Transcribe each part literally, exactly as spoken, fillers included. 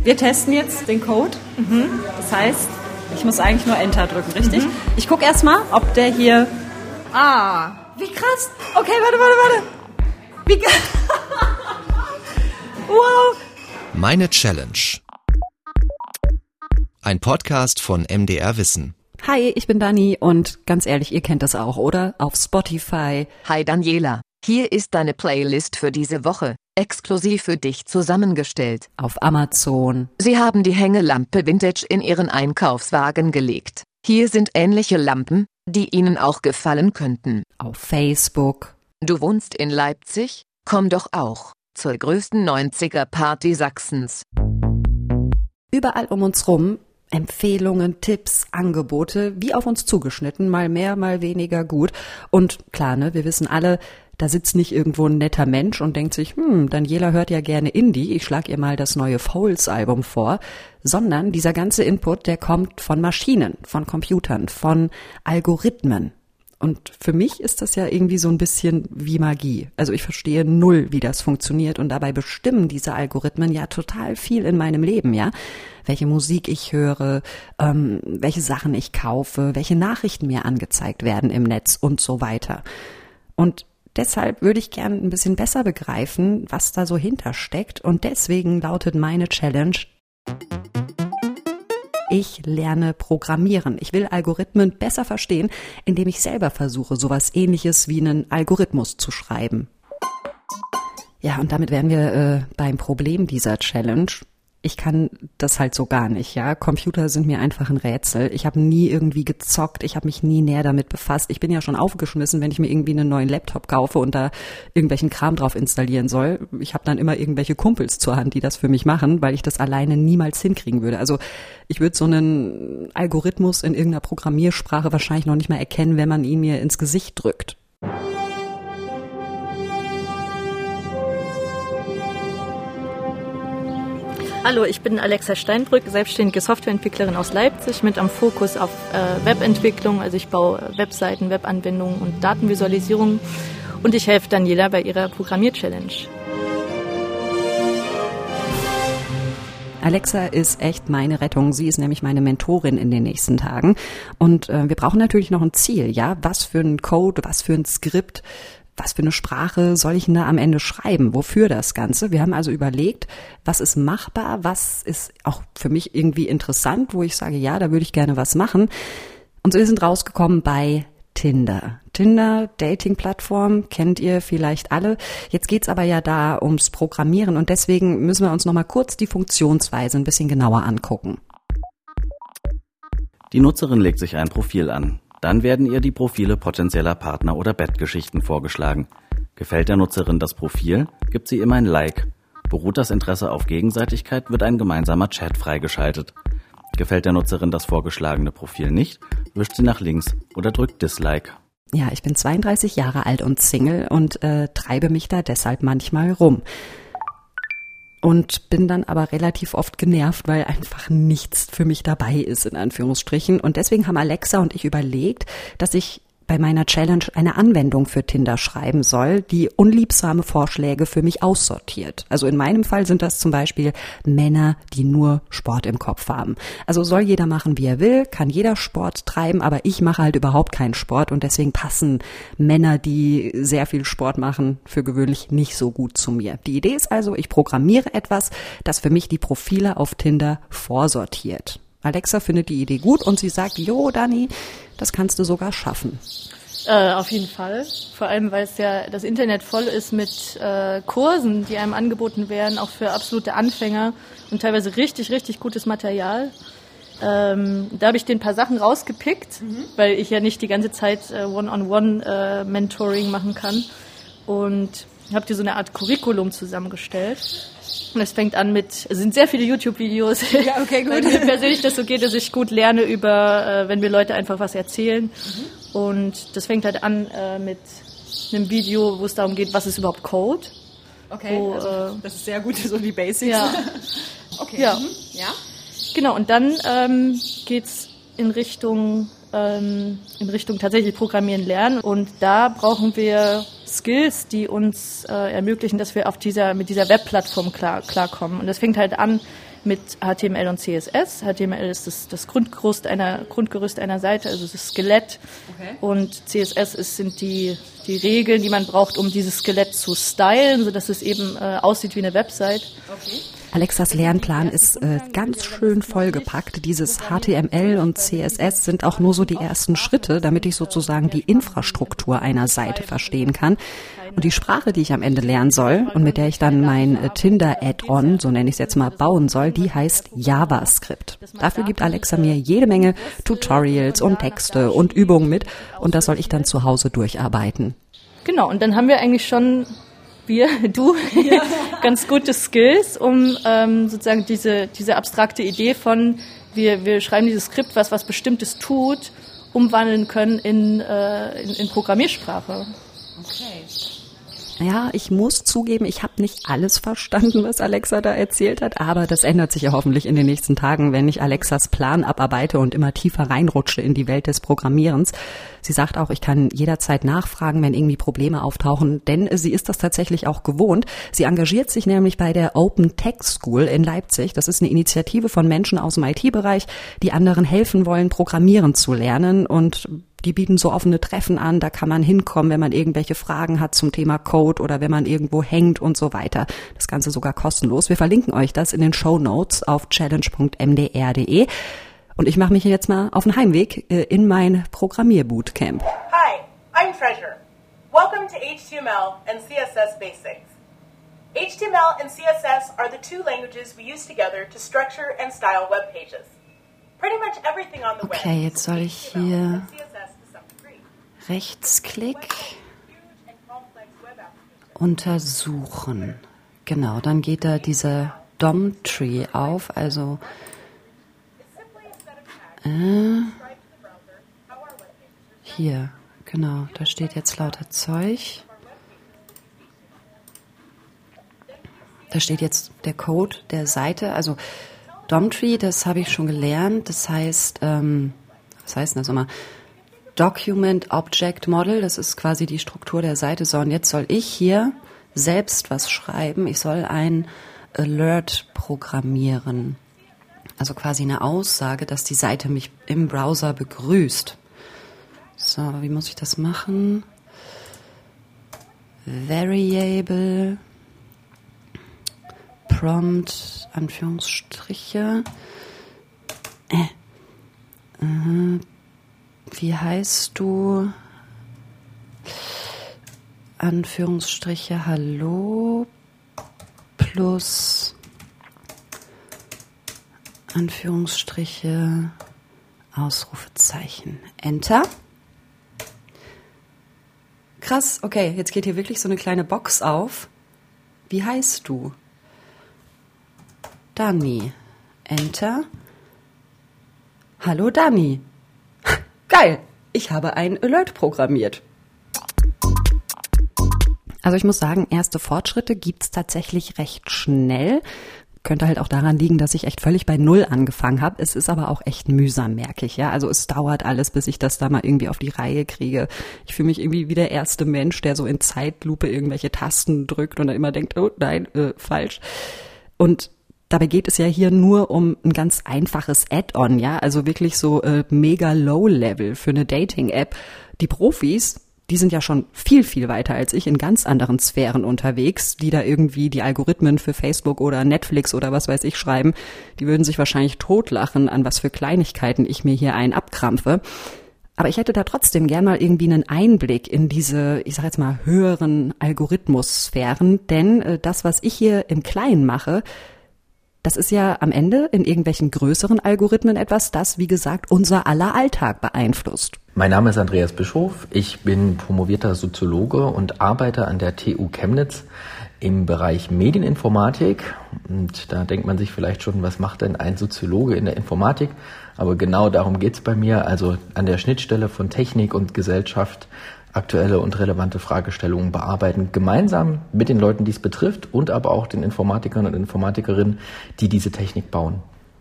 Wir testen jetzt den Code. Mhm. Das heißt, ich muss eigentlich nur Enter drücken, richtig? Mhm. Ich gucke erstmal, ob der hier... Ah, wie krass. Okay, warte, warte, warte. Wie krass. Wow. Meine Challenge. Ein Podcast von M D R Wissen. Hi, ich bin Dani und ganz ehrlich, ihr kennt das auch, oder? Auf Spotify. Hi Daniela, hier ist deine Playlist für diese Woche, exklusiv für dich zusammengestellt. Auf Amazon. Sie haben die Hängelampe Vintage in ihren Einkaufswagen gelegt. Hier sind ähnliche Lampen, die Ihnen auch gefallen könnten. Auf Facebook. Du wohnst in Leipzig? Komm doch auch zur größten neunziger-Party Sachsens. Überall um uns rum Empfehlungen, Tipps, Angebote, wie auf uns zugeschnitten, mal mehr, mal weniger gut. Und klar, ne, wir wissen alle, da sitzt nicht irgendwo ein netter Mensch und denkt sich, hm, Daniela hört ja gerne Indie, ich schlag ihr mal das neue Foals-Album vor, sondern dieser ganze Input, der kommt von Maschinen, von Computern, von Algorithmen. Und für mich ist das ja irgendwie so ein bisschen wie Magie. Also ich verstehe null, wie das funktioniert und dabei bestimmen diese Algorithmen ja total viel in meinem Leben, ja. Welche Musik ich höre, ähm, welche Sachen ich kaufe, welche Nachrichten mir angezeigt werden im Netz und so weiter. Und deshalb würde ich gerne ein bisschen besser begreifen, was da so hintersteckt. Und deswegen lautet meine Challenge: Ich lerne Programmieren. Ich will Algorithmen besser verstehen, indem ich selber versuche, sowas Ähnliches wie einen Algorithmus zu schreiben. Ja, und damit wären wir äh, beim Problem dieser Challenge. Ich kann das halt so gar nicht, ja. Computer sind mir einfach ein Rätsel. Ich habe nie irgendwie gezockt, ich habe mich nie näher damit befasst. Ich bin ja schon aufgeschmissen, wenn ich mir irgendwie einen neuen Laptop kaufe und da irgendwelchen Kram drauf installieren soll. Ich habe dann immer irgendwelche Kumpels zur Hand, die das für mich machen, weil ich das alleine niemals hinkriegen würde. Also ich würde so einen Algorithmus in irgendeiner Programmiersprache wahrscheinlich noch nicht mal erkennen, wenn man ihn mir ins Gesicht drückt. Hallo, ich bin Alexa Steinbrück, selbstständige Softwareentwicklerin aus Leipzig mit am Fokus auf äh, Webentwicklung. Also ich baue Webseiten, Webanwendungen und Datenvisualisierung und ich helfe Daniela bei ihrer Programmier-Challenge. Alexa ist echt meine Rettung. Sie ist nämlich meine Mentorin in den nächsten Tagen. Und äh, wir brauchen natürlich noch ein Ziel, ja? Was für ein Code, was für ein Skript, was für eine Sprache soll ich denn da am Ende schreiben? Wofür das Ganze? Wir haben also überlegt, was ist machbar, was ist auch für mich irgendwie interessant, wo ich sage, ja, da würde ich gerne was machen. Und so, wir sind rausgekommen bei Tinder. Tinder, Dating-Plattform, kennt ihr vielleicht alle. Jetzt geht's aber ja da ums Programmieren und deswegen müssen wir uns noch mal kurz die Funktionsweise ein bisschen genauer angucken. Die Nutzerin legt sich ein Profil an. Dann werden ihr die Profile potenzieller Partner oder Bettgeschichten vorgeschlagen. Gefällt der Nutzerin das Profil, gibt sie ihm ein Like. Beruht das Interesse auf Gegenseitigkeit, wird ein gemeinsamer Chat freigeschaltet. Gefällt der Nutzerin das vorgeschlagene Profil nicht, wischt sie nach links oder drückt Dislike. Ja, ich bin zweiunddreißig Jahre alt und Single und äh, treibe mich da deshalb manchmal rum. Und bin dann aber relativ oft genervt, weil einfach nichts für mich dabei ist, in Anführungsstrichen. Und deswegen haben Alexa und ich überlegt, dass ich bei meiner Challenge eine Anwendung für Tinder schreiben soll, die unliebsame Vorschläge für mich aussortiert. Also in meinem Fall sind das zum Beispiel Männer, die nur Sport im Kopf haben. Also soll jeder machen, wie er will, kann jeder Sport treiben, aber ich mache halt überhaupt keinen Sport und deswegen passen Männer, die sehr viel Sport machen, für gewöhnlich nicht so gut zu mir. Die Idee ist also, ich programmiere etwas, das für mich die Profile auf Tinder vorsortiert. Alexa findet die Idee gut und sie sagt, jo, Dani, das kannst du sogar schaffen. Äh, auf jeden Fall. Vor allem, weil es ja das Internet voll ist mit äh, Kursen, die einem angeboten werden, auch für absolute Anfänger und teilweise richtig, richtig gutes Material. Ähm, da habe ich den paar Sachen rausgepickt, mhm. weil ich ja nicht die ganze Zeit äh, One-on-One-Mentoring äh, machen kann. Und habe dir so eine Art Curriculum zusammengestellt. Und es fängt an mit, es sind sehr viele YouTube-Videos, ja, okay, gut. weil mir persönlich das so geht, dass ich gut lerne über, äh, wenn mir Leute einfach was erzählen. Mhm. Und das fängt halt an äh, mit einem Video, wo es darum geht, was ist überhaupt Code. Okay, wo, also, äh, das ist sehr gut, so die Basics. Ja. Okay. Ja. Mhm. Ja. Genau, und dann ähm, geht's in Richtung ähm, in Richtung tatsächlich Programmieren lernen. Und da brauchen wir Skills, die uns äh, ermöglichen, dass wir auf dieser mit dieser Webplattform klar klarkommen. Und das fängt halt an mit H T M L und C S S. H T M L ist das, das Grundgerüst einer, Grundgerüst einer Seite, also das Skelett. Okay. Und C S S ist, sind die, die Regeln, die man braucht, um dieses Skelett zu stylen, sodass es eben äh, aussieht wie eine Website. Okay. Alexas Lernplan ist äh, ganz schön vollgepackt. Dieses H T M L und C S S sind auch nur so die ersten Schritte, damit ich sozusagen die Infrastruktur einer Seite verstehen kann. Und die Sprache, die ich am Ende lernen soll und mit der ich dann mein äh, Tinder-Add-on, so nenne ich es jetzt mal, bauen soll, die heißt JavaScript. Dafür gibt Alexa mir jede Menge Tutorials und Texte und Übungen mit und das soll ich dann zu Hause durcharbeiten. Genau, und dann haben wir eigentlich schon, wir, du, ja. ganz gute Skills, um ähm, sozusagen diese, diese abstrakte Idee von, wir, wir schreiben dieses Skript, was was Bestimmtes tut, umwandeln können in, äh, in, in Programmiersprache. Okay. Ja, ich muss zugeben, ich habe nicht alles verstanden, was Alexa da erzählt hat, aber das ändert sich ja hoffentlich in den nächsten Tagen, wenn ich Alexas Plan abarbeite und immer tiefer reinrutsche in die Welt des Programmierens. Sie sagt auch, ich kann jederzeit nachfragen, wenn irgendwie Probleme auftauchen, denn sie ist das tatsächlich auch gewohnt. Sie engagiert sich nämlich bei der Open Tech School in Leipzig. Das ist eine Initiative von Menschen aus dem I T-Bereich, die anderen helfen wollen, Programmieren zu lernen, und die bieten so offene Treffen an, da kann man hinkommen, wenn man irgendwelche Fragen hat zum Thema Code oder wenn man irgendwo hängt und so weiter. Das Ganze sogar kostenlos. Wir verlinken euch das in den Shownotes auf challenge punkt m d r punkt d e. Und ich mache mich jetzt mal auf den Heimweg äh, in mein Programmierbootcamp. Hi, I'm Treasure. Welcome to H T M L and C S S Basics. H T M L and C S S are the two languages we use together to structure and style web pages. Pretty much everything on the web. Okay, jetzt soll ich hier Rechtsklick untersuchen. Genau, dann geht da dieser D O M-Tree auf, also äh, hier, genau, da steht jetzt lauter Zeug. Da steht jetzt der Code der Seite, also D O M-Tree, das habe ich schon gelernt, das heißt, ähm, was heißt denn das nochmal? Document Object Model, das ist quasi die Struktur der Seite. So, und jetzt soll ich hier selbst was schreiben. Ich soll ein Alert programmieren. Also quasi eine Aussage, dass die Seite mich im Browser begrüßt. So, wie muss ich das machen? Variable, Prompt, Anführungsstriche. Äh. Äh. Wie heißt du? Anführungsstriche, hallo, plus Anführungsstriche, Ausrufezeichen. Enter. Krass, okay, jetzt geht hier wirklich so eine kleine Box auf. Wie heißt du? Dani. Enter. Hallo Dani. Geil, ich habe ein Alert programmiert. Also ich muss sagen, erste Fortschritte gibt's tatsächlich recht schnell. Könnte halt auch daran liegen, dass ich echt völlig bei Null angefangen habe. Es ist aber auch echt mühsam, merke ich. Ja, also es dauert alles, bis ich das da mal irgendwie auf die Reihe kriege. Ich fühle mich irgendwie wie der erste Mensch, der so in Zeitlupe irgendwelche Tasten drückt und dann immer denkt, oh nein, äh, falsch. Und dabei geht es ja hier nur um ein ganz einfaches Add-on, ja, also wirklich so äh, mega Low-Level für eine Dating-App. Die Profis, die sind ja schon viel, viel weiter als ich in ganz anderen Sphären unterwegs, die da irgendwie die Algorithmen für Facebook oder Netflix oder was weiß ich schreiben. Die würden sich wahrscheinlich totlachen, an was für Kleinigkeiten ich mir hier einen abkrampfe. Aber ich hätte da trotzdem gern mal irgendwie einen Einblick in diese, ich sag jetzt mal, höheren Algorithmus-Sphären, denn äh, das, was ich hier im Kleinen mache, das ist ja am Ende in irgendwelchen größeren Algorithmen etwas, das, wie gesagt, unser aller Alltag beeinflusst. Mein Name ist Andreas Bischof. Ich bin promovierter Soziologe und arbeite an der T U Chemnitz im Bereich Medieninformatik. Und da denkt man sich vielleicht schon, was macht denn ein Soziologe in der Informatik? Aber genau darum geht's bei mir, also an der Schnittstelle von Technik und Gesellschaft aktuelle und relevante Fragestellungen bearbeiten, gemeinsam mit den Leuten, die es betrifft und aber auch den Informatikern und Informatikerinnen, die diese Technik bauen.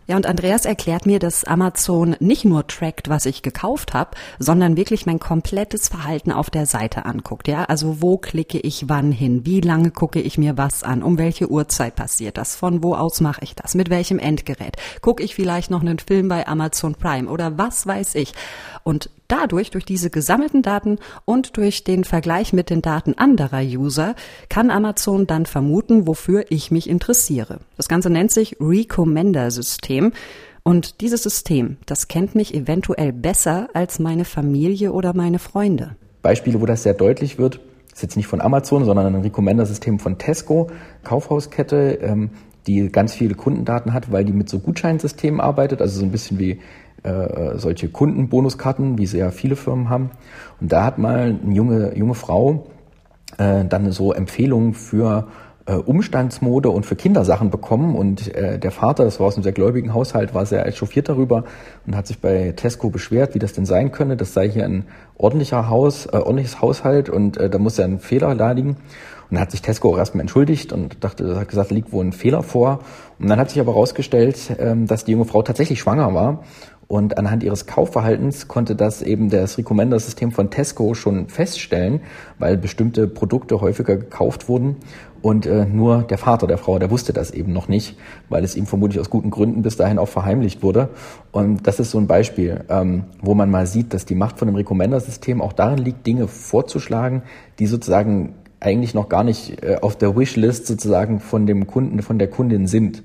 Ja, und Andreas erklärt mir, dass Amazon nicht nur trackt, was ich gekauft habe, sondern wirklich mein komplettes Verhalten auf der Seite anguckt. Ja, also wo klicke ich wann hin? Wie lange gucke ich mir was an? Um welche Uhrzeit passiert das? Von wo aus mache ich das? Mit welchem Endgerät? Gucke ich vielleicht noch einen Film bei Amazon Prime oder was weiß ich? Und dadurch, durch diese gesammelten Daten und durch den Vergleich mit den Daten anderer User, kann Amazon dann vermuten, wofür ich mich interessiere. Das Ganze nennt sich Recommender-System. Und dieses System, das kennt mich eventuell besser als meine Familie oder meine Freunde. Beispiele, wo das sehr deutlich wird, ist jetzt nicht von Amazon, sondern ein Recommender-System von Tesco, Kaufhauskette, die ganz viele Kundendaten hat, weil die mit so Gutscheinsystemen arbeitet, also so ein bisschen wie äh, solche Kundenbonuskarten, wie sie ja viele Firmen haben. Und da hat mal eine junge, junge Frau äh, dann so Empfehlungen für äh, Umstandsmode und für Kindersachen bekommen. Und äh, der Vater, das war aus einem sehr gläubigen Haushalt, war sehr echauffiert darüber und hat sich bei Tesco beschwert, wie das denn sein könne. Das sei hier ein ordentlicher Haus, äh, ordentliches Haushalt und äh, da muss ja ein Fehler da liegen. Und dann hat sich Tesco auch erstmal entschuldigt und dachte, hat gesagt, da liegt wohl ein Fehler vor. Und dann hat sich aber herausgestellt, ähm, dass die junge Frau tatsächlich schwanger war. Und anhand ihres Kaufverhaltens konnte das eben das Recommender-System von Tesco schon feststellen, weil bestimmte Produkte häufiger gekauft wurden. Und äh, nur der Vater der Frau, der wusste das eben noch nicht, weil es ihm vermutlich aus guten Gründen bis dahin auch verheimlicht wurde. Und das ist so ein Beispiel, ähm, wo man mal sieht, dass die Macht von dem Recommender-System auch darin liegt, Dinge vorzuschlagen, die sozusagen eigentlich noch gar nicht äh, auf der Wishlist sozusagen von dem Kunden, von der Kundin sind.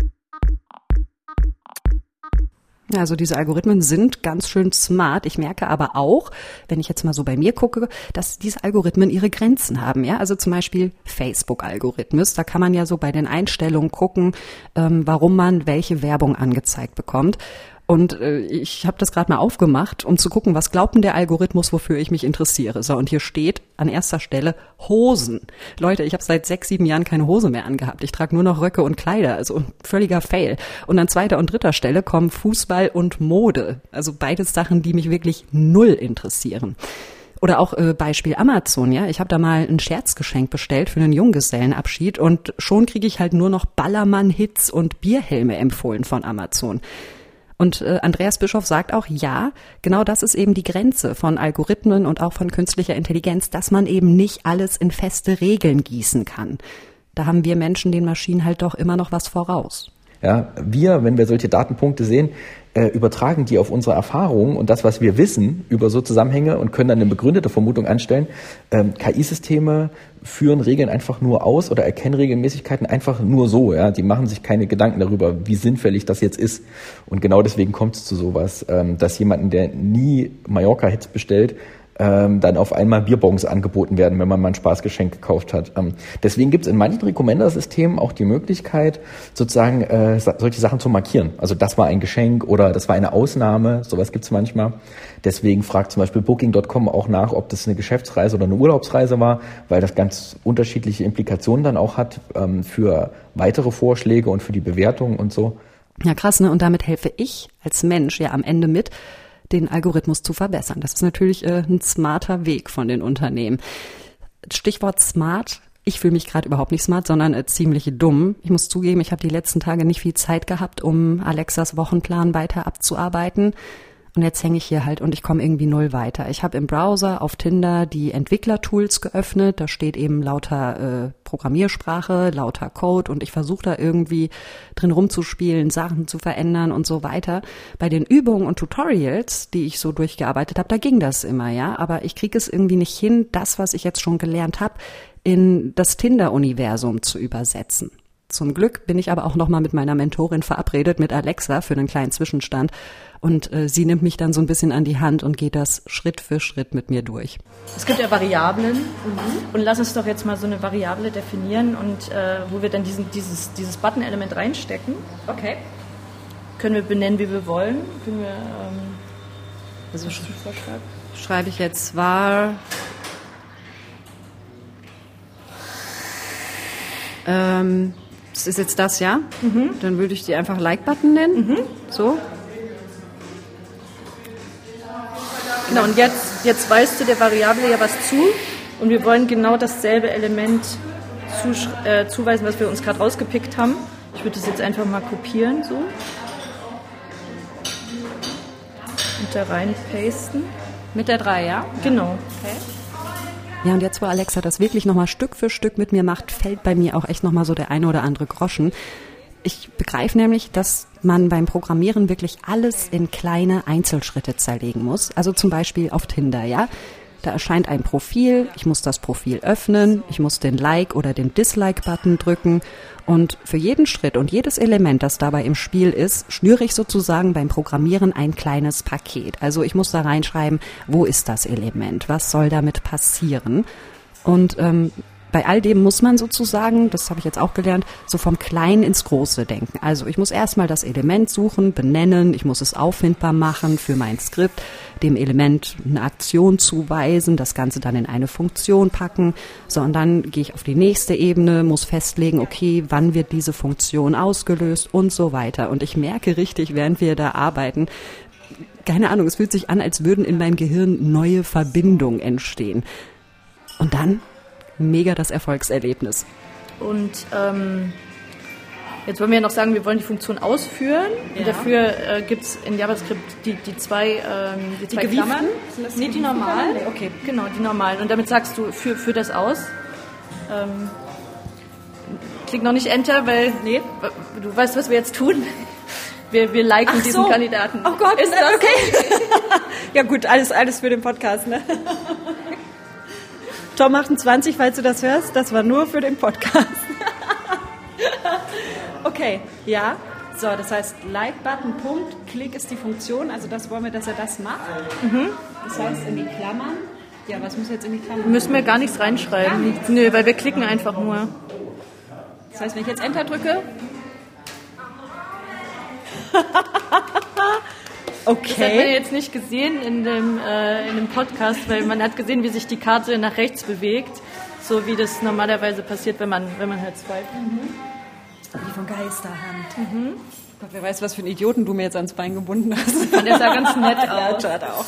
Ja, also diese Algorithmen sind ganz schön smart. Ich merke aber auch, wenn ich jetzt mal so bei mir gucke, dass diese Algorithmen ihre Grenzen haben. Ja, also zum Beispiel Facebook-Algorithmus. Da kann man ja so bei den Einstellungen gucken, ähm, warum man welche Werbung angezeigt bekommt. Und äh, ich habe das gerade mal aufgemacht, um zu gucken, was glaubt denn der Algorithmus, wofür ich mich interessiere. So, und hier steht an erster Stelle Hosen. Leute, ich habe seit sechs, sieben Jahren keine Hose mehr angehabt. Ich trage nur noch Röcke und Kleider, also völliger Fail. Und an zweiter und dritter Stelle kommen Fußball und Mode. Also beides Sachen, die mich wirklich null interessieren. Oder auch äh, Beispiel Amazon, ja. Ich habe da mal ein Scherzgeschenk bestellt für einen Junggesellenabschied und schon kriege ich halt nur noch Ballermann-Hits und Bierhelme empfohlen von Amazon. Und äh, Andreas Bischoff sagt auch, ja, genau das ist eben die Grenze von Algorithmen und auch von künstlicher Intelligenz, dass man eben nicht alles in feste Regeln gießen kann. Da haben wir Menschen den Maschinen halt doch immer noch was voraus. Ja, wir, wenn wir solche Datenpunkte sehen, äh, übertragen die auf unsere Erfahrungen und das, was wir wissen über so Zusammenhänge und können dann eine begründete Vermutung anstellen. Ähm, K I-Systeme führen Regeln einfach nur aus oder erkennen Regelmäßigkeiten einfach nur so. Ja, die machen sich keine Gedanken darüber, wie sinnfällig das jetzt ist. Und genau deswegen kommt es zu sowas, ähm, dass jemanden, der nie Mallorca-Hits bestellt, ähm, dann auf einmal Bierbons angeboten werden, wenn man mal ein Spaßgeschenk gekauft hat. Ähm, deswegen gibt es in manchen Recommender-Systemen auch die Möglichkeit, sozusagen äh, solche Sachen zu markieren. Also das war ein Geschenk oder das war eine Ausnahme, sowas gibt es manchmal. Deswegen fragt zum Beispiel Booking Punkt com auch nach, ob das eine Geschäftsreise oder eine Urlaubsreise war, weil das ganz unterschiedliche Implikationen dann auch hat ähm, für weitere Vorschläge und für die Bewertung und so. Ja, krass, ne? Und damit helfe ich als Mensch ja am Ende mit, den Algorithmus zu verbessern. Das ist natürlich äh, ein smarter Weg von den Unternehmen. Stichwort smart. Ich fühle mich gerade überhaupt nicht smart, sondern äh, ziemlich dumm. Ich muss zugeben, ich habe die letzten Tage nicht viel Zeit gehabt, um Alexas Wochenplan weiter abzuarbeiten. Und jetzt hänge ich hier halt und ich komme irgendwie null weiter. Ich habe im Browser auf Tinder die Entwicklertools geöffnet. Da steht eben lauter äh, Programmiersprache, lauter Code und ich versuche da irgendwie drin rumzuspielen, Sachen zu verändern und so weiter. Bei den Übungen und Tutorials, die ich so durchgearbeitet habe, da ging das immer, ja. Aber ich kriege es irgendwie nicht hin, das, was ich jetzt schon gelernt habe, in das Tinder-Universum zu übersetzen. Zum Glück bin ich aber auch nochmal mit meiner Mentorin verabredet, mit Alexa, für einen kleinen Zwischenstand. Und äh, sie nimmt mich dann so ein bisschen an die Hand und geht das Schritt für Schritt mit mir durch. Es gibt ja Variablen. Mhm. Und lass uns doch jetzt mal so eine Variable definieren, und äh, wo wir dann diesen, dieses, dieses Button-Element reinstecken. Okay. Können wir benennen, wie wir wollen. Können wir, ähm, also sch- schreibe ich jetzt war... Ähm... Das ist jetzt das, ja? Mhm. Dann würde ich die einfach Like-Button nennen. Mhm. So. Genau, und jetzt, jetzt weist du der Variable ja was zu und wir wollen genau dasselbe Element zu, äh, zuweisen, was wir uns gerade rausgepickt haben. Ich würde das jetzt einfach mal kopieren, so. Und da rein pasten. Mit der drei, ja? Genau. Okay. Ja, und jetzt, wo Alexa das wirklich nochmal Stück für Stück mit mir macht, fällt bei mir auch echt nochmal so der eine oder andere Groschen. Ich begreife nämlich, dass man beim Programmieren wirklich alles in kleine Einzelschritte zerlegen muss. Also zum Beispiel auf Tinder, ja. Da erscheint ein Profil, ich muss das Profil öffnen, ich muss den Like- oder den Dislike-Button drücken und für jeden Schritt und jedes Element, das dabei im Spiel ist, schnüre ich sozusagen beim Programmieren ein kleines Paket. Also ich muss da reinschreiben, wo ist das Element, was soll damit passieren? Und ähm, bei all dem muss man sozusagen, das habe ich jetzt auch gelernt, so vom Kleinen ins Große denken. Also ich muss erstmal das Element suchen, benennen, ich muss es auffindbar machen für mein Skript, dem Element eine Aktion zuweisen, das Ganze dann in eine Funktion packen. So, und dann gehe ich auf die nächste Ebene, muss festlegen, okay, wann wird diese Funktion ausgelöst und so weiter. Und ich merke richtig, während wir da arbeiten, keine Ahnung, es fühlt sich an, als würden in meinem Gehirn neue Verbindungen entstehen. Und dann mega das Erfolgserlebnis. Und ähm, jetzt wollen wir ja noch sagen, wir wollen die Funktion ausführen. Ja. Und dafür äh, gibt es in JavaScript die, die zwei, ähm, die zwei die Klammern. Nee, die normalen? Nee, okay, genau, die normalen. Und damit sagst du, führ, führ das aus. Ähm, klick noch nicht Enter, weil nee, du weißt, was wir jetzt tun. Wir, wir liken Ach diesen so. Kandidaten. Oh Gott, ist das okay. Ja gut, alles, alles für den Podcast, ne? Tom achtundzwanzig, falls du das hörst, das war nur für den Podcast. Okay, ja. So, das heißt, Like-Button, Punkt, Klick ist die Funktion, also das wollen wir, dass er das macht. Mhm. Das heißt, in die Klammern. Ja, was muss jetzt in die Klammern? Müssen wir gar nichts reinschreiben. Gar nichts. Nö, weil wir klicken einfach nur. Das heißt, wenn ich jetzt Enter drücke... Okay. Das hat man jetzt nicht gesehen in dem, äh, in dem Podcast, weil man hat gesehen, wie sich die Karte nach rechts bewegt, so wie das normalerweise passiert, wenn man, wenn man halt swipet. Mhm. Wie von Geisterhand. Mhm. Gott, wer weiß, was für einen Idioten du mir jetzt ans Bein gebunden hast. Und der sah ganz nett aus. Ja, auch.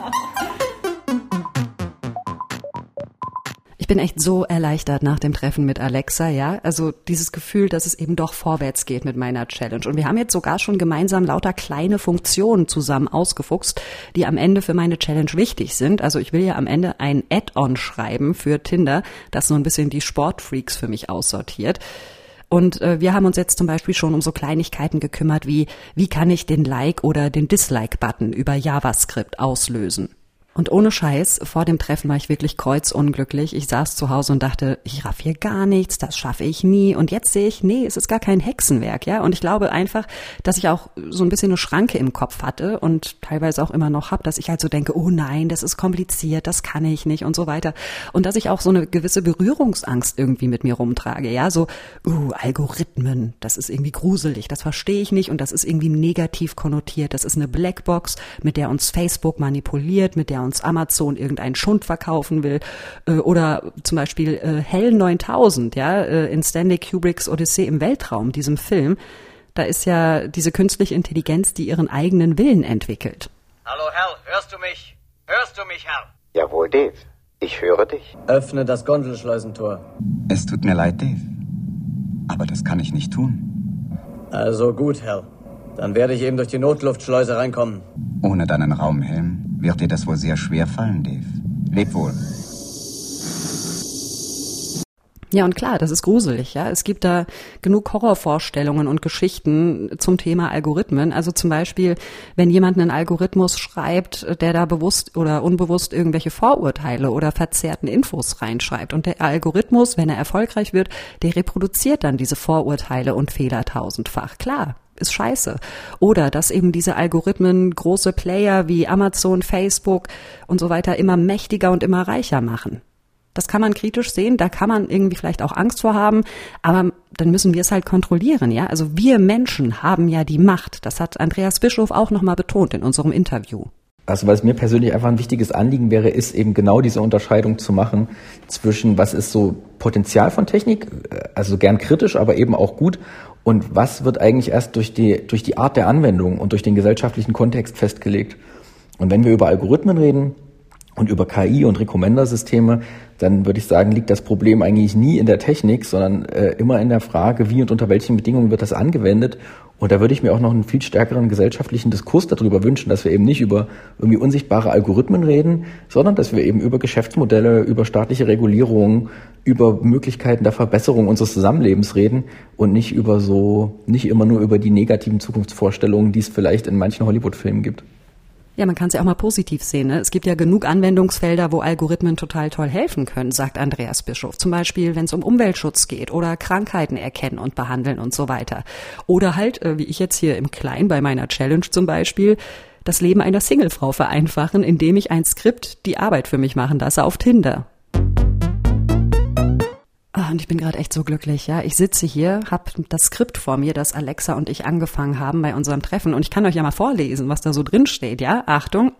Ich bin echt so erleichtert nach dem Treffen mit Alexa, ja. Also dieses Gefühl, dass es eben doch vorwärts geht mit meiner Challenge. Und wir haben jetzt sogar schon gemeinsam lauter kleine Funktionen zusammen ausgefuchst, die am Ende für meine Challenge wichtig sind. Also ich will ja am Ende ein Add-on schreiben für Tinder, das so ein bisschen die Sportfreaks für mich aussortiert. Und äh, wir haben uns jetzt zum Beispiel schon um so Kleinigkeiten gekümmert wie, wie kann ich den Like- oder den Dislike-Button über JavaScript auslösen? Und ohne Scheiß, vor dem Treffen war ich wirklich kreuzunglücklich. Ich saß zu Hause und dachte, ich raff hier gar nichts, das schaffe ich nie. Und jetzt sehe ich, nee, es ist gar kein Hexenwerk, ja. Und ich glaube einfach, dass ich auch so ein bisschen eine Schranke im Kopf hatte und teilweise auch immer noch habe, dass ich halt so denke, oh nein, das ist kompliziert, das kann ich nicht und so weiter. Und dass ich auch so eine gewisse Berührungsangst irgendwie mit mir rumtrage, ja. So, uh, Algorithmen, das ist irgendwie gruselig, das verstehe ich nicht und das ist irgendwie negativ konnotiert. Das ist eine Blackbox, mit der uns Facebook manipuliert, mit der uns Amazon irgendeinen Schund verkaufen will, äh, oder zum Beispiel äh, Hell neuntausend, ja, äh, in Stanley Kubricks Odyssee im Weltraum, diesem Film, da ist ja diese künstliche Intelligenz, die ihren eigenen Willen entwickelt. Hallo Hal, hörst du mich? Hörst du mich, Hal? Jawohl, Dave. Ich höre dich. Öffne das Gondelschleusentor. Es tut mir leid, Dave. Aber das kann ich nicht tun. Also gut, Hal. Dann werde ich eben durch die Notluftschleuse reinkommen. Ohne deinen Raumhelm wird dir das wohl sehr schwer fallen, Dave. Leb wohl. Ja, und klar, das ist gruselig, ja. Es gibt da genug Horrorvorstellungen und Geschichten zum Thema Algorithmen. Also zum Beispiel, wenn jemand einen Algorithmus schreibt, der da bewusst oder unbewusst irgendwelche Vorurteile oder verzerrten Infos reinschreibt. Und der Algorithmus, wenn er erfolgreich wird, der reproduziert dann diese Vorurteile und Fehler tausendfach. Klar. Ist scheiße. Oder dass eben diese Algorithmen große Player wie Amazon, Facebook und so weiter immer mächtiger und immer reicher machen. Das kann man kritisch sehen, da kann man irgendwie vielleicht auch Angst vor haben, aber dann müssen wir es halt kontrollieren, ja? Also wir Menschen haben ja die Macht. Das hat Andreas Bischof auch nochmal betont in unserem Interview. Also was mir persönlich einfach ein wichtiges Anliegen wäre, ist eben genau diese Unterscheidung zu machen zwischen, was ist so Potenzial von Technik, also gern kritisch, aber eben auch gut, und was wird eigentlich erst durch die, durch die Art der Anwendung und durch den gesellschaftlichen Kontext festgelegt. Und wenn wir über Algorithmen reden, Und über K I und Recommender-Systeme, dann würde ich sagen, liegt das Problem eigentlich nie in der Technik, sondern äh, immer in der Frage, wie und unter welchen Bedingungen wird das angewendet. Und da würde ich mir auch noch einen viel stärkeren gesellschaftlichen Diskurs darüber wünschen, dass wir eben nicht über irgendwie unsichtbare Algorithmen reden, sondern dass wir eben über Geschäftsmodelle, über staatliche Regulierungen, über Möglichkeiten der Verbesserung unseres Zusammenlebens reden und nicht über so, nicht immer nur über die negativen Zukunftsvorstellungen, die es vielleicht in manchen Hollywood-Filmen gibt. Ja, man kann es ja auch mal positiv sehen. Ne? Es gibt ja genug Anwendungsfelder, wo Algorithmen total toll helfen können, sagt Andreas Bischof. Zum Beispiel, wenn es um Umweltschutz geht oder Krankheiten erkennen und behandeln und so weiter. Oder halt, wie ich jetzt hier im Kleinen bei meiner Challenge zum Beispiel, das Leben einer Singlefrau vereinfachen, indem ich ein Skript die Arbeit für mich machen lasse auf Tinder. Ah, und ich bin gerade echt so glücklich, ja. Ich sitze hier, habe das Skript vor mir, das Alexa und ich angefangen haben bei unserem Treffen. Und ich kann euch ja mal vorlesen, was da so drin steht, ja. Achtung.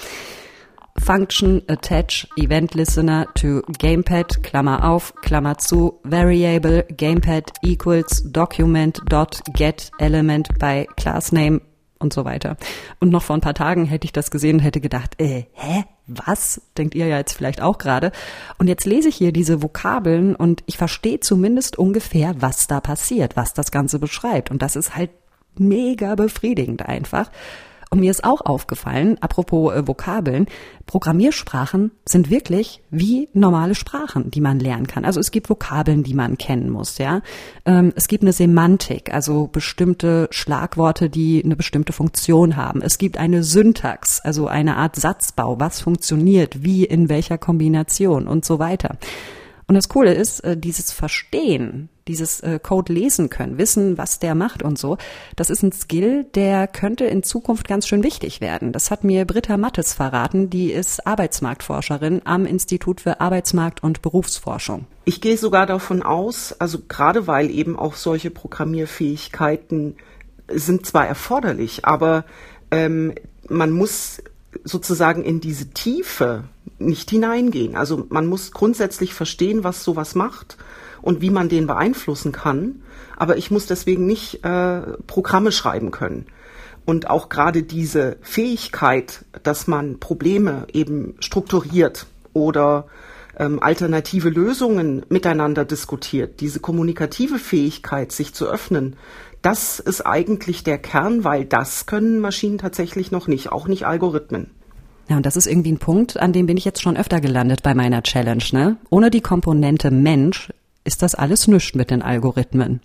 Function attach Event Listener to Gamepad, Klammer auf, Klammer zu, Variable Gamepad equals Document dot get Element by Class Name und so weiter. Und noch vor ein paar Tagen hätte ich das gesehen und hätte gedacht, äh, hä? Was? Denkt ihr ja jetzt vielleicht auch gerade. Und jetzt lese ich hier diese Vokabeln und ich verstehe zumindest ungefähr, was da passiert, was das Ganze beschreibt. Und das ist halt mega befriedigend einfach. Und mir ist auch aufgefallen, apropos äh, Vokabeln, Programmiersprachen sind wirklich wie normale Sprachen, die man lernen kann. Also es gibt Vokabeln, die man kennen muss, ja. Ähm, es gibt eine Semantik, also bestimmte Schlagworte, die eine bestimmte Funktion haben. Es gibt eine Syntax, also eine Art Satzbau, was funktioniert, wie, in welcher Kombination und so weiter. Und das Coole ist, dieses Verstehen, dieses Code lesen können, wissen, was der macht und so, das ist ein Skill, der könnte in Zukunft ganz schön wichtig werden. Das hat mir Britta Mattes verraten, die ist Arbeitsmarktforscherin am Institut für Arbeitsmarkt- und Berufsforschung. Ich gehe sogar davon aus, also gerade weil eben auch solche Programmierfähigkeiten sind zwar erforderlich, aber ähm, man muss sozusagen in diese Tiefe nicht hineingehen. Also man muss grundsätzlich verstehen, was sowas macht und wie man den beeinflussen kann. Aber ich muss deswegen nicht äh, Programme schreiben können. Und auch gerade diese Fähigkeit, dass man Probleme eben strukturiert oder ähm, alternative Lösungen miteinander diskutiert, diese kommunikative Fähigkeit, sich zu öffnen, das ist eigentlich der Kern, weil das können Maschinen tatsächlich noch nicht, auch nicht Algorithmen. Ja, und das ist irgendwie ein Punkt, an dem bin ich jetzt schon öfter gelandet bei meiner Challenge, ne? Ohne die Komponente Mensch ist das alles nichts mit den Algorithmen.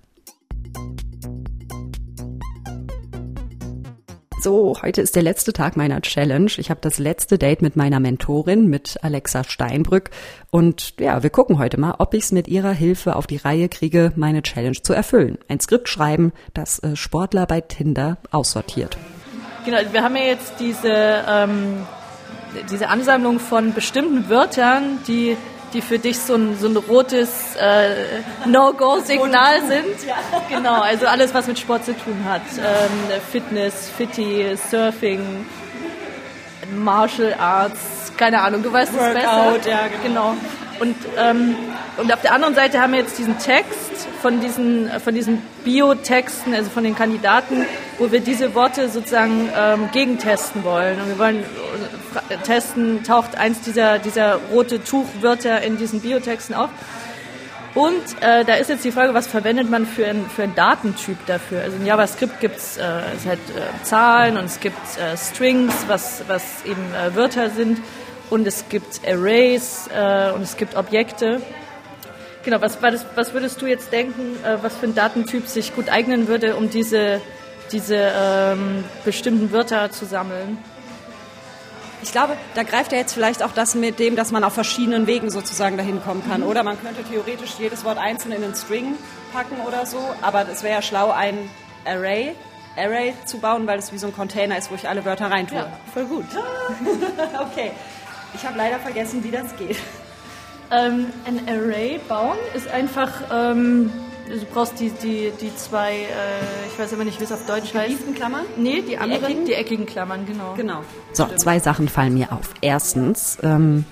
So, heute ist der letzte Tag meiner Challenge. Ich habe das letzte Date mit meiner Mentorin, mit Alexa Steinbrück. Und ja, wir gucken heute mal, ob ich es mit ihrer Hilfe auf die Reihe kriege, meine Challenge zu erfüllen. Ein Skript schreiben, das äh, Sportler bei Tinder aussortiert. Genau, wir haben ja jetzt diese, ähm, diese Ansammlung von bestimmten Wörtern, die die für dich so ein, so ein rotes äh, No-Go-Signal sind. Ja. Genau, also alles, was mit Sport zu tun hat. Ähm, Fitness, Fitti, Surfing, Martial Arts, keine Ahnung, du weißt es besser. Ja, genau. Und, ähm, und auf der anderen Seite haben wir jetzt diesen Text von diesen, von diesen Biotexten, also von den Kandidaten, wo wir diese Worte sozusagen ähm, gegentesten wollen. Und wir wollen testen, taucht eins dieser, dieser rote Tuchwörter in diesen Biotexten auf. Und äh, da ist jetzt die Frage, was verwendet man für einen für einen Datentyp dafür? Also in JavaScript gibt es äh, halt, äh, Zahlen und es gibt äh, Strings, was, was eben äh, Wörter sind. Und es gibt Arrays äh, und es gibt Objekte. Genau, was, was, was würdest du jetzt denken, äh, was für ein Datentyp sich gut eignen würde, um diese, diese ähm, bestimmten Wörter zu sammeln? Ich glaube, da greift ja jetzt vielleicht auch das mit dem, dass man auf verschiedenen Wegen sozusagen dahin kommen kann, mhm. oder? Man könnte theoretisch jedes Wort einzeln in einen String packen oder so, aber es wäre ja schlau, ein Array, Array zu bauen, weil es wie so ein Container ist, wo ich alle Wörter reintue. Ja, voll gut. Okay, ich habe leider vergessen, wie das geht. Ähm, ein Array bauen ist einfach, ähm, du brauchst die, die, die zwei, äh, ich weiß aber nicht, wie es auf Deutsch heißt. Die Klammern? Nee, die anderen, eckigen? die eckigen Klammern, genau. Genau. So, zwei Sachen fallen mir auf. Erstens, ähm,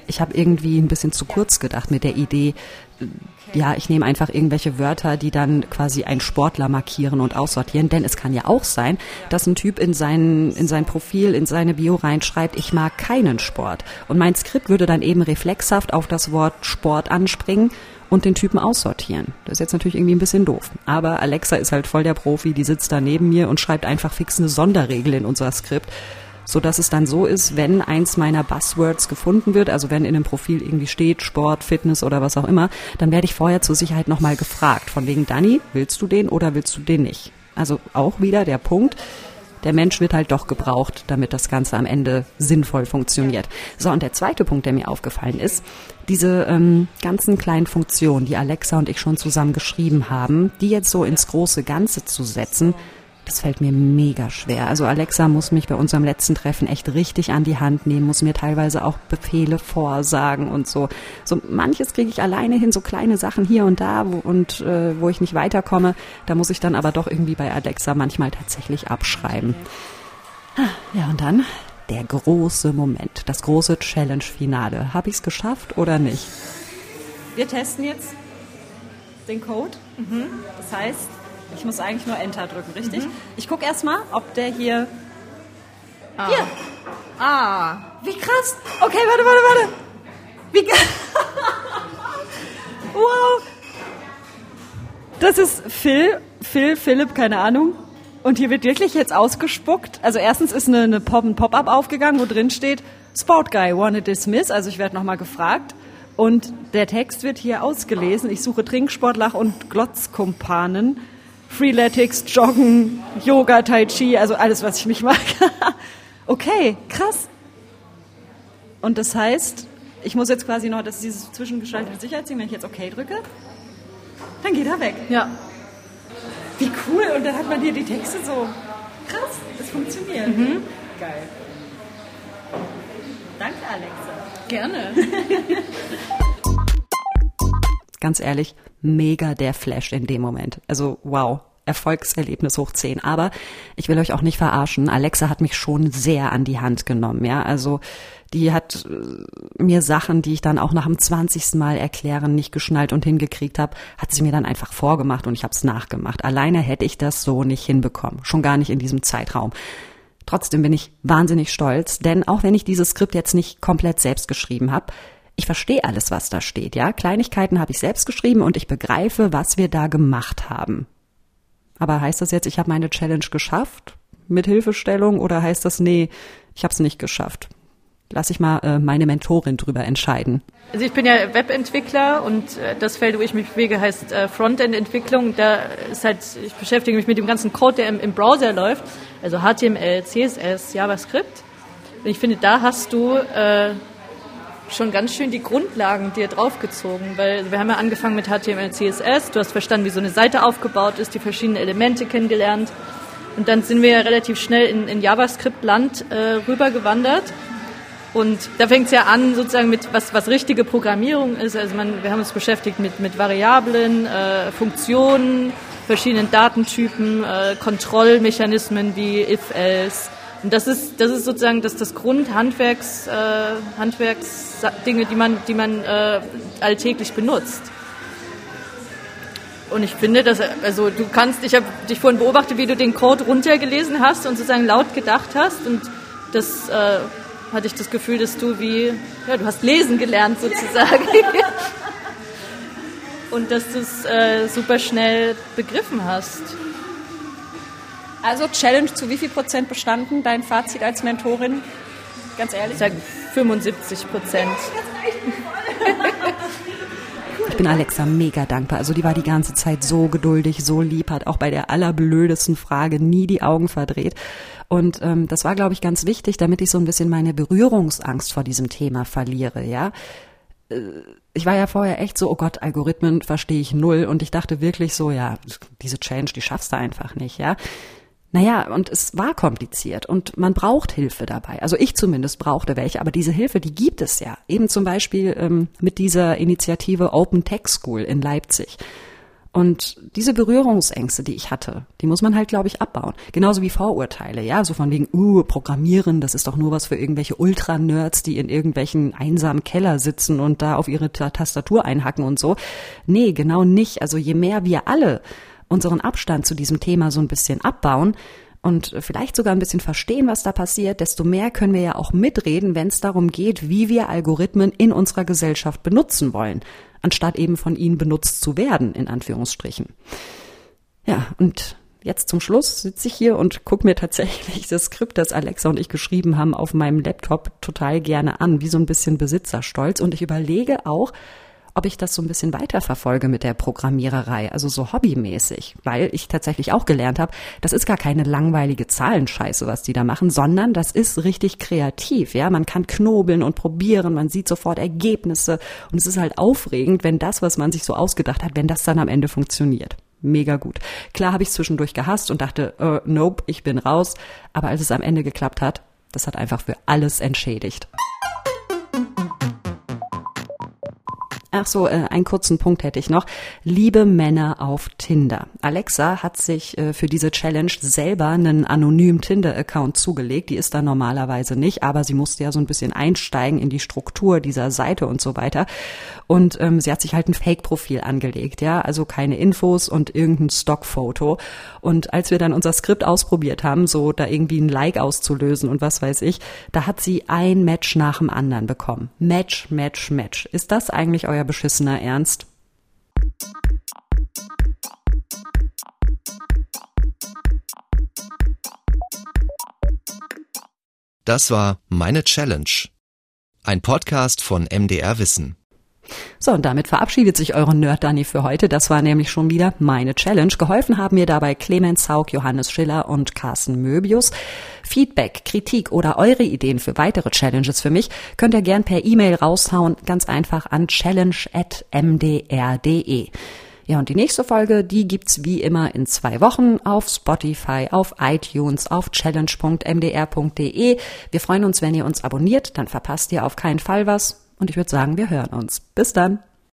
ich habe irgendwie ein bisschen zu kurz gedacht mit der Idee, ja, ich nehme einfach irgendwelche Wörter, die dann quasi einen Sportler markieren und aussortieren, denn es kann ja auch sein, dass ein Typ in sein, in sein Profil, in seine Bio reinschreibt, ich mag keinen Sport. Und mein Skript würde dann eben reflexhaft auf das Wort Sport anspringen und den Typen aussortieren. Das ist jetzt natürlich irgendwie ein bisschen doof. Aber Alexa ist halt voll der Profi, die sitzt da neben mir und schreibt einfach fix eine Sonderregel in unser Skript, so dass es dann so ist, wenn eins meiner Buzzwords gefunden wird, also wenn in einem Profil irgendwie steht, Sport, Fitness oder was auch immer, dann werde ich vorher zur Sicherheit nochmal gefragt, von wegen, Dani, willst du den oder willst du den nicht? Also auch wieder der Punkt, der Mensch wird halt doch gebraucht, damit das Ganze am Ende sinnvoll funktioniert. So, und der zweite Punkt, der mir aufgefallen ist, diese ähm, ganzen kleinen Funktionen, die Alexa und ich schon zusammen geschrieben haben, die jetzt so ins große Ganze zu setzen, das fällt mir mega schwer. Also Alexa muss mich bei unserem letzten Treffen echt richtig an die Hand nehmen, muss mir teilweise auch Befehle vorsagen und so. So manches kriege ich alleine hin, so kleine Sachen hier und da wo, und äh, wo ich nicht weiterkomme. Da muss ich dann aber doch irgendwie bei Alexa manchmal tatsächlich abschreiben. Ja, und dann der große Moment, das große Challenge-Finale. Habe ich es geschafft oder nicht? Wir testen jetzt den Code. Mhm. Das heißt, ich muss eigentlich nur Enter drücken, richtig? Mhm. Ich gucke erstmal, ob der hier... Ah. Hier! Ah! Wie krass! Okay, warte, warte, warte! Wie wow! Das ist Phil, Phil, Philipp, keine Ahnung. Und hier wird wirklich jetzt ausgespuckt. Also erstens ist eine, eine Pop- ein Pop-up aufgegangen, wo drin steht, Sport Guy, wanna dismiss? Also ich werde nochmal gefragt. Und der Text wird hier ausgelesen. Ich suche Trinksportlach und Glotzkumpanen. Freeletics, Joggen, Yoga, Tai Chi, also alles, was ich nicht mag. Okay, krass. Und das heißt, ich muss jetzt quasi noch, das ist dieses zwischengeschaltete Sicherheitsding, wenn ich jetzt okay drücke, dann geht er weg. Ja. Wie cool, und dann hat man hier die Texte so. Krass, das funktioniert. Mhm. Geil. Danke, Alexa. Gerne. Ganz ehrlich, mega der Flash in dem Moment. Also wow, Erfolgserlebnis hoch zehn. Aber ich will euch auch nicht verarschen. Alexa hat mich schon sehr an die Hand genommen. Ja, also die hat äh, mir Sachen, die ich dann auch nach dem zwanzigsten Mal erklären nicht geschnallt und hingekriegt habe, hat sie mir dann einfach vorgemacht und ich habe es nachgemacht. Alleine hätte ich das so nicht hinbekommen. Schon gar nicht in diesem Zeitraum. Trotzdem bin ich wahnsinnig stolz, denn auch wenn ich dieses Skript jetzt nicht komplett selbst geschrieben habe, ich verstehe alles, was da steht, ja. Kleinigkeiten habe ich selbst geschrieben und ich begreife, was wir da gemacht haben. Aber heißt das jetzt, ich habe meine Challenge geschafft mit Hilfestellung oder heißt das, nee, ich habe es nicht geschafft? Lass ich mal äh, meine Mentorin drüber entscheiden. Also ich bin ja Webentwickler und äh, das Feld, wo ich mich bewege, heißt äh, Frontend-Entwicklung. Da ist halt, ich beschäftige mich mit dem ganzen Code, der im, im Browser läuft, also H T M L, C S S, JavaScript. Und ich finde, da hast du äh, schon ganz schön die Grundlagen dir draufgezogen, weil wir haben ja angefangen mit H T M L, C S S, du hast verstanden, wie so eine Seite aufgebaut ist, die verschiedenen Elemente kennengelernt und dann sind wir ja relativ schnell in, in JavaScript-Land äh, rübergewandert und da fängt es ja an sozusagen mit, was, was richtige Programmierung ist, also man, wir haben uns beschäftigt mit, mit Variablen, äh, Funktionen, verschiedenen Datentypen, äh, Kontrollmechanismen wie if-else. Und das ist, das ist sozusagen das, das Grundhandwerks, äh, Handwerksdinge, die man, die man äh, alltäglich benutzt. Und ich finde, dass, also du kannst, ich habe dich vorhin beobachtet, wie du den Code runtergelesen hast und sozusagen laut gedacht hast. Und das äh, hatte ich das Gefühl, dass du wie, ja, du hast lesen gelernt sozusagen. Und dass du es äh, super schnell begriffen hast. Also Challenge zu wie viel Prozent bestanden? Dein Fazit als Mentorin? Ganz ehrlich? Ich sage fünfundsiebzig Prozent. Ich bin Alexa mega dankbar. Also die war die ganze Zeit so geduldig, so lieb, hat auch bei der allerblödesten Frage nie die Augen verdreht. Und ähm, das war, glaube ich, ganz wichtig, damit ich so ein bisschen meine Berührungsangst vor diesem Thema verliere, ja. Ich war ja vorher echt so, oh Gott, Algorithmen verstehe ich null. Und ich dachte wirklich so, ja, diese Change, die schaffst du einfach nicht, ja. Naja, und es war kompliziert und man braucht Hilfe dabei. Also ich zumindest brauchte welche, aber diese Hilfe, die gibt es ja. Eben zum Beispiel ähm, mit dieser Initiative Open Tech School in Leipzig. Und diese Berührungsängste, die ich hatte, die muss man halt, glaube ich, abbauen. Genauso wie Vorurteile, ja, so von wegen, uh, Programmieren, das ist doch nur was für irgendwelche Ultra-Nerds, die in irgendwelchen einsamen Keller sitzen und da auf ihre Tastatur einhacken und so. Nee, genau nicht. Also je mehr wir alle unseren Abstand zu diesem Thema so ein bisschen abbauen und vielleicht sogar ein bisschen verstehen, was da passiert, desto mehr können wir ja auch mitreden, wenn es darum geht, wie wir Algorithmen in unserer Gesellschaft benutzen wollen, anstatt eben von ihnen benutzt zu werden, in Anführungsstrichen. Ja, und jetzt zum Schluss sitze ich hier und gucke mir tatsächlich das Skript, das Alexa und ich geschrieben haben, auf meinem Laptop total gerne an, wie so ein bisschen Besitzerstolz. Und ich überlege auch, ob ich das so ein bisschen weiterverfolge mit der Programmiererei, also so hobbymäßig, weil ich tatsächlich auch gelernt habe, das ist gar keine langweilige Zahlenscheiße, was die da machen, sondern das ist richtig kreativ, ja, man kann knobeln und probieren, man sieht sofort Ergebnisse und es ist halt aufregend, wenn das, was man sich so ausgedacht hat, wenn das dann am Ende funktioniert. Mega gut. Klar habe ich zwischendurch gehasst und dachte, äh, nope, ich bin raus, aber als es am Ende geklappt hat, das hat einfach für alles entschädigt. Ach so, äh, einen kurzen Punkt hätte ich noch. Liebe Männer auf Tinder. Alexa hat sich äh, für diese Challenge selber einen anonymen Tinder-Account zugelegt. Die ist da normalerweise nicht, aber sie musste ja so ein bisschen einsteigen in die Struktur dieser Seite und so weiter. Und ähm, sie hat sich halt ein Fake-Profil angelegt, ja, also keine Infos und irgendein Stockfoto. Und als wir dann unser Skript ausprobiert haben, so da irgendwie ein Like auszulösen und was weiß ich, da hat sie ein Match nach dem anderen bekommen. Match, Match, Match. Ist das eigentlich euer beschissener Ernst? Das war Meine Challenge. Ein Podcast von M D R Wissen. So, und damit verabschiedet sich eure Nerd-Dani für heute. Das war nämlich schon wieder meine Challenge. Geholfen haben mir dabei Clemens Haug, Johannes Schiller und Carsten Möbius. Feedback, Kritik oder eure Ideen für weitere Challenges für mich könnt ihr gern per E-Mail raushauen. Ganz einfach an challenge at m d r punkt d e. Ja, und die nächste Folge, die gibt's wie immer in zwei Wochen auf Spotify, auf iTunes, auf challenge punkt m d r punkt d e. Wir freuen uns, wenn ihr uns abonniert, dann verpasst ihr auf keinen Fall was. Und ich würde sagen, wir hören uns. Bis dann.